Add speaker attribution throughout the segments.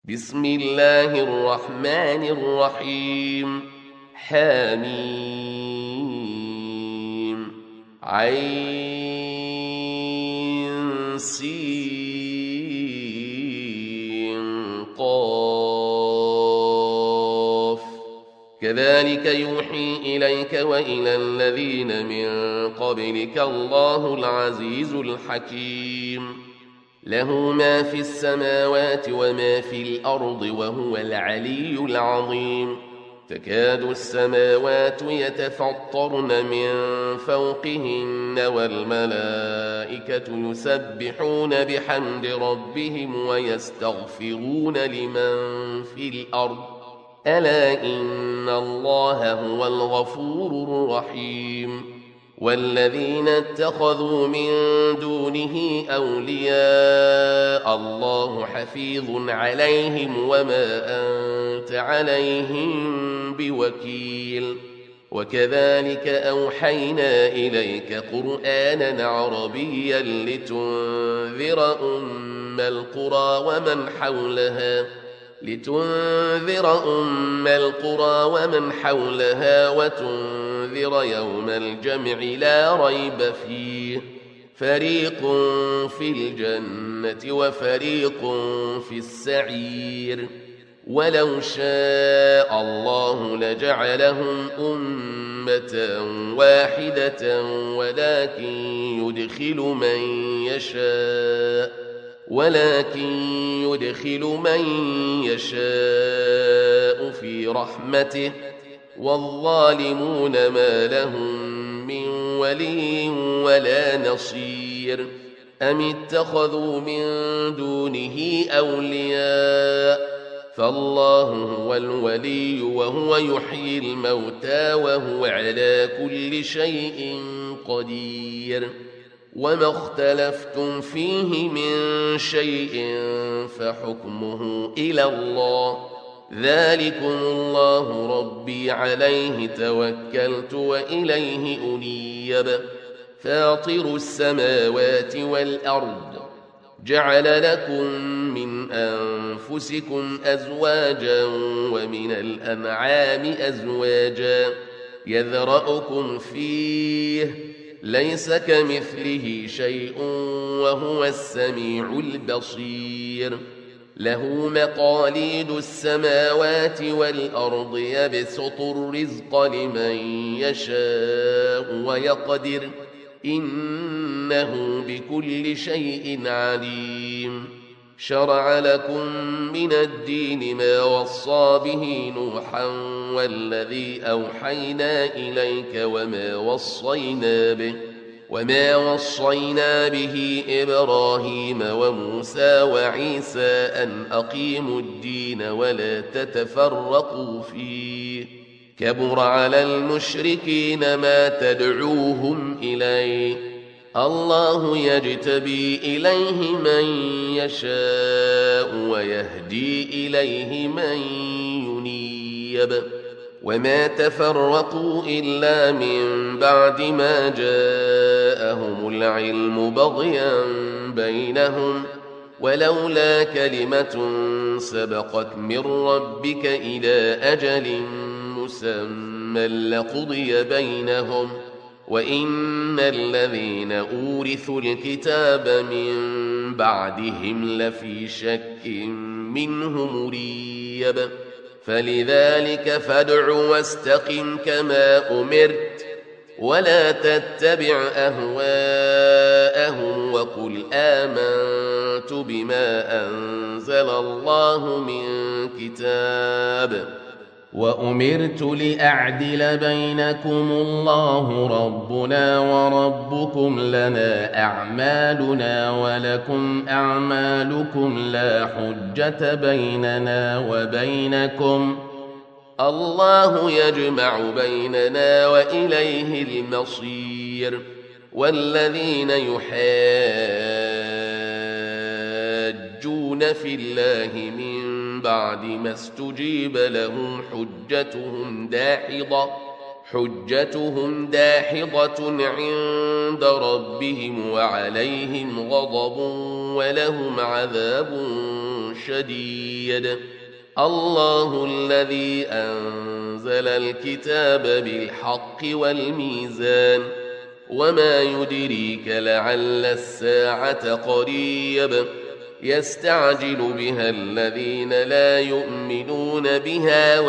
Speaker 1: بسم الله الرحمن الرحيم. حميم عين سين قاف. كذلك يوحي إليك وإلى الذين من قبلك الله العزيز الحكيم. له ما في السماوات وما في الأرض وهو العلي العظيم. تكاد السماوات يتفطرن من فوقهن والملائكة يسبحون بحمد ربهم ويستغفرون لمن في الأرض ألا إن الله هو الغفور الرحيم. والذين اتخذوا من دونه أولياء الله حفيظ عليهم وما أنت عليهم بوكيل. وكذلك أوحينا إليك قرآنا عربيا لتنذر أم القرى ومن حولها وتنذر يوم الجمع لا ريب فيه. فريق في الجنة وفريق في السعير. ولو شاء الله لجعلهم أمة واحدة ولكن يدخل من يشاء في رحمته. والظالمون ما لهم من ولي ولا نصير. أم اتخذوا من دونه أولياء فالله هو الولي وهو يحيي الموتى وهو على كل شيء قدير. وما اختلفتم فيه من شيء فحكمه إلى الله. ذلكم الله ربي عليه توكلت وإليه أنيب. فاطر السماوات والأرض جعل لكم من أنفسكم أزواجا ومن الأنعام أزواجا يذرأكم فيه ليس كمثله شيء وهو السميع البصير. له مقاليد السماوات والأرض يبسط الرزق لمن يشاء ويقدر إنه بكل شيء عليم. شرع لكم من الدين ما وصى به نوحا والذي أوحينا إليك وما وصينا به إبراهيم وموسى وعيسى أن أقيموا الدين ولا تتفرقوا فيه. كبر على المشركين ما تدعوهم إليه. الله يجتبي إليه من يشاء ويهدي إليه من ينيب. وما تفرقوا إلا من بعد ما جاءهم العلم بغيا بينهم ولولا كلمة سبقت من ربك إلى أجل مسمى لقضي بينهم وإن الذين أورثوا الكتاب من بعدهم لفي شك منه مريب. فلذلك فادع واستقم كما أمرت ولا تتبع أهواءهم وقل آمنت بما أنزل الله من كتاب وأمرت لأعدل بينكم الله ربنا وربكم لنا أعمالنا ولكم أعمالكم لا حجة بيننا وبينكم الله يجمع بيننا وإليه المصير. والذين يحاجون في الله من بعد ما استجيب لهم حجتهم داحضة عند ربهم وعليهم غضب ولهم عذاب شديد. الله الذي أنزل الكتاب بالحق والميزان وما يدريك لعل الساعة قريب يستعجل بها الذين لا يؤمنون بها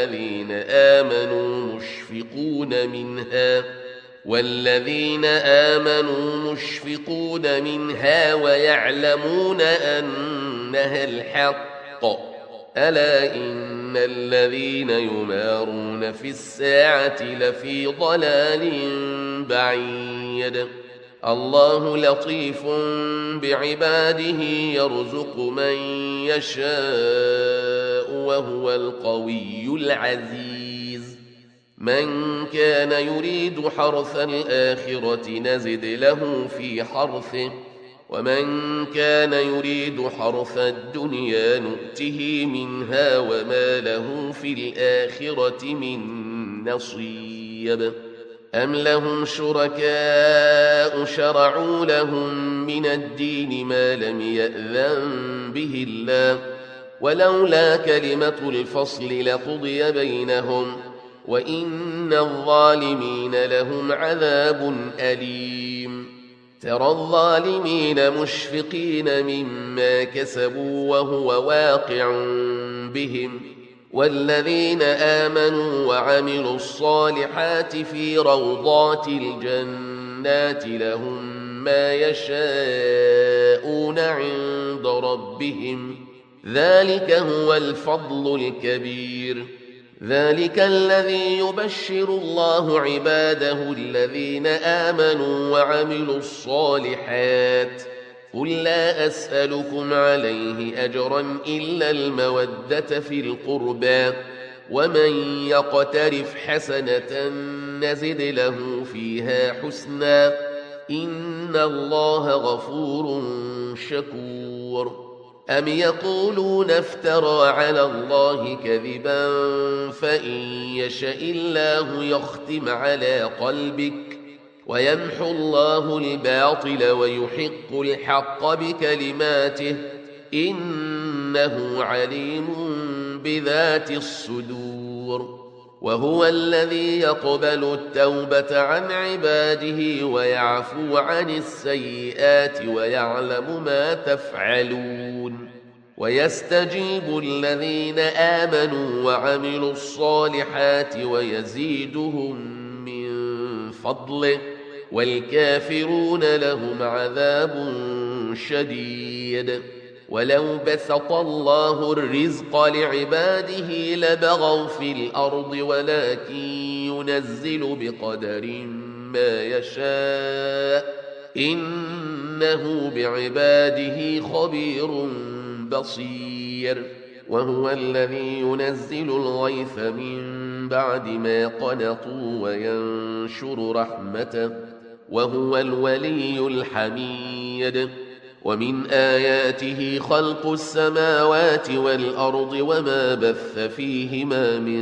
Speaker 1: والذين آمنوا مشفقون منها ويعلمون أنها الحق. ألا إن الذين يمارون في الساعة لفي ضلال بعيد. الله لطيف بعباده يرزق من يشاء وهو القوي العزيز. من كان يريد حرث الآخرة نزد له في حرثه ومن كان يريد حرث الدنيا نؤته منها وما له في الآخرة من نصيب. أم لهم شركاء شرعوا لهم من الدين ما لم يأذن به الله ولولا كلمة الفصل لقضي بينهم وإن الظالمين لهم عذاب أليم. ترى الظالمين مشفقين مما كسبوا وهو واقع بهم والذين آمنوا وعملوا الصالحات في روضات الجنات لهم ما يشاءون عند ربهم ذلك هو الفضل الكبير. ذلك الذي يبشر الله عباده الذين آمنوا وعملوا الصالحات. قل لا أسألكم عليه أجرا إلا المودة في القربى ومن يقترف حسنة نزد له فيها حسنا إن الله غفور شكور. أم يقولون افترى على الله كذبا فإن يشاء الله يختم على قلبك ويمحو الله الباطل ويحق الحق بكلماته إنه عليم بذات الصدور. وهو الذي يقبل التوبة عن عباده ويعفو عن السيئات ويعلم ما تفعلون ويستجيب الذين آمنوا وعملوا الصالحات ويزيدهم من فضله والكافرون لهم عذاب شديد. ولو بسط الله الرزق لعباده لبغوا في الأرض ولكن ينزل بقدر ما يشاء إنه بعباده خبير بصير. وهو الذي ينزل الغيث من بعد ما قنطوا وينشر رحمته وهو الولي الحميد. ومن آياته خلق السماوات والأرض وما بث فيهما من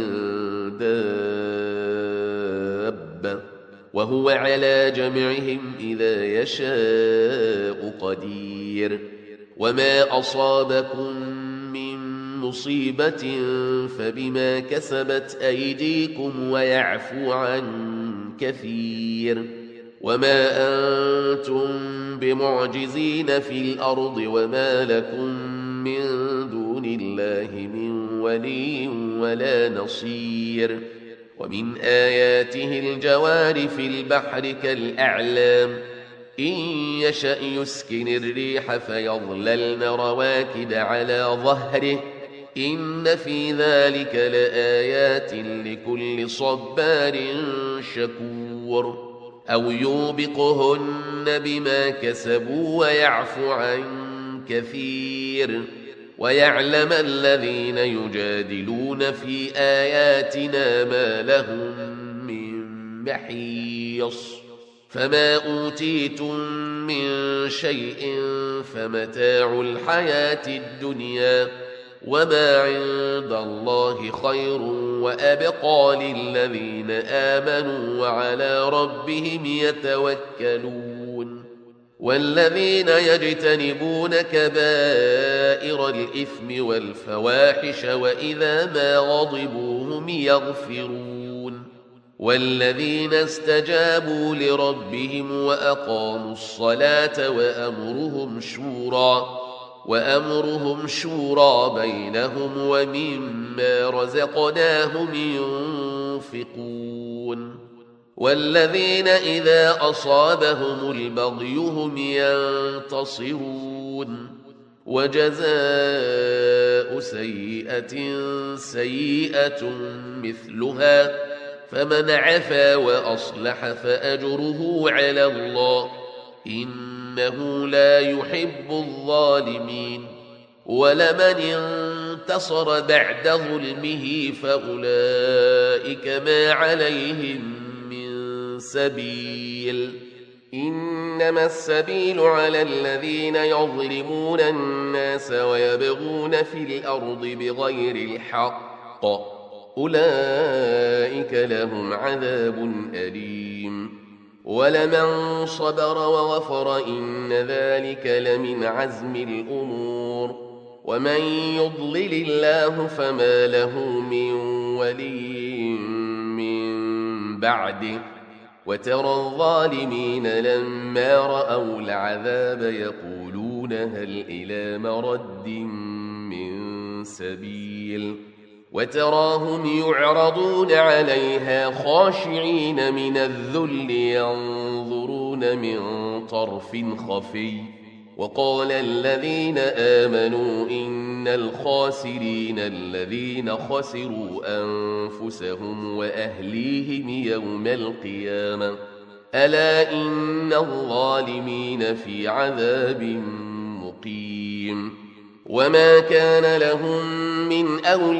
Speaker 1: دابة وهو على جمعهم إذا يشاء قدير. وما أصابكم من مصيبة فبما كسبت أيديكم ويعفو عن كثير. وما أنتم بمعجزين في الأرض وما لكم من دون الله من ولي ولا نصير. ومن آياته الجوار في البحر كالأعلام إن يشأ يسكن الريح فيظللن رواكد على ظهره إن في ذلك لآيات لكل صبار شكور. أو يوبقهن بما كسبوا ويعفو عن كثير. ويعلم الذين يجادلون في آياتنا ما لهم من محيص. فما أوتيتم من شيء فمتاع الحياة الدنيا وما عند الله خير وأبقى للذين آمنوا وعلى ربهم يتوكلون. والذين يجتنبون كبائر الإثم والفواحش وإذا ما غضبوا هم يغفرون والذين استجابوا لربهم وأقاموا الصلاة وأمرهم شورى بينهم ومما رزقناهم ينفقون والذين إذا أصابهم البغي هم ينتصرون وجزاء سيئة سيئة مثلها فمن عفا وأصلح فأجره على الله إنه لا يحب الظالمين ولمن انتصر بعد ظلمه فأولئك ما عليهم من سبيل إنما السبيل على الذين يظلمون الناس ويبغون في الأرض بغير الحق أولئك لهم عذاب أليم ولمن صبر وغفر إن ذلك لمن عزم الأمور ومن يضلل الله فما له من ولي من بعده وترى الظالمين لما رأوا العذاب يقولون هل إلى مرد من سبيل وتراهم يعرضون عليها خاشعين من الذل ينظرون من طرف خفي وقال الذين آمنوا إن الخاسرين الذين خسروا أنفسهم وأهليهم يوم القيامة ألا إن الظالمين في عذاب مقيم وما كان لهم من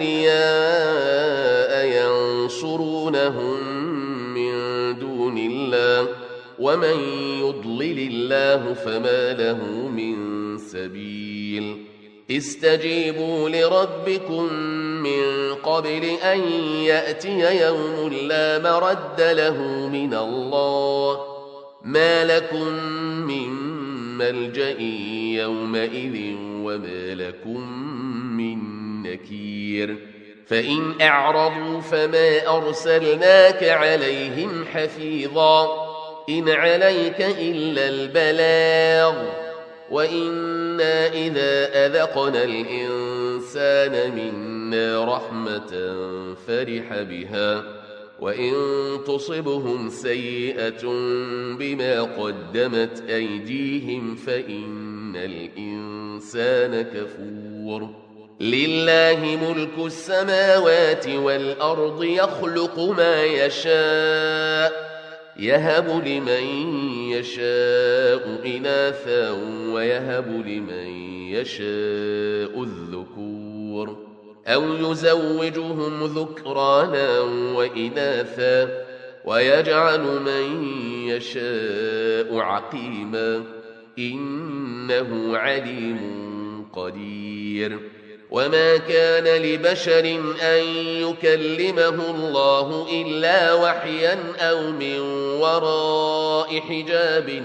Speaker 1: أولياء ينصرونهم من دون الله ومن يضلل الله فما له من سبيل استجيبوا لربكم من قبل أن يأتي يوم لا مرد له من الله ما لكم من ملجأ يومئذ وما لكم من نكير فإن أعرضوا فما أرسلناك عليهم حفيظا إن عليك إلا البلاغ وإنا إذا أذقنا الإنسان منا رحمة فرح بها وإن تصبهم سيئة بما قدمت أيديهم فإن الإنسان كفور لله ملك السماوات والأرض يخلق ما يشاء يهب لمن يشاء إناثا ويهب لمن يشاء الذكور أو يزوجهم ذكرانا وإناثا ويجعل من يشاء عقيما إنه عليم قدير وما كان لبشر أن يكلمه الله إلا وحيا أو من وراء حجاب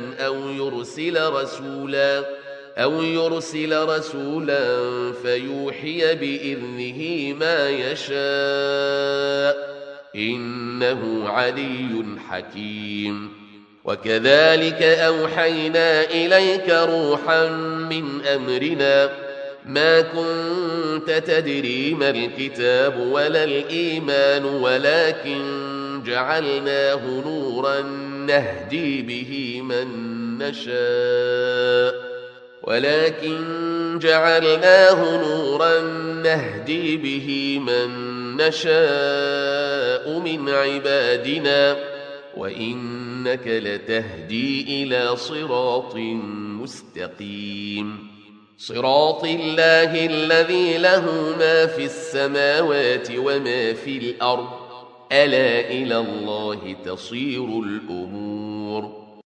Speaker 1: أو يرسل رسولا فيوحي بإذنه ما يشاء إنه علي حكيم وكذلك أوحينا إليك روحا من أمرنا ما كنت تدري ما الكتاب ولا الإيمان ولكن جعلناه نورا نهدي به من نشاء من عبادنا وإنك لتهدي إلى صراط مستقيم صراط الله الذي له ما في السماوات وما في الأرض ألا إلى الله تصير الأمور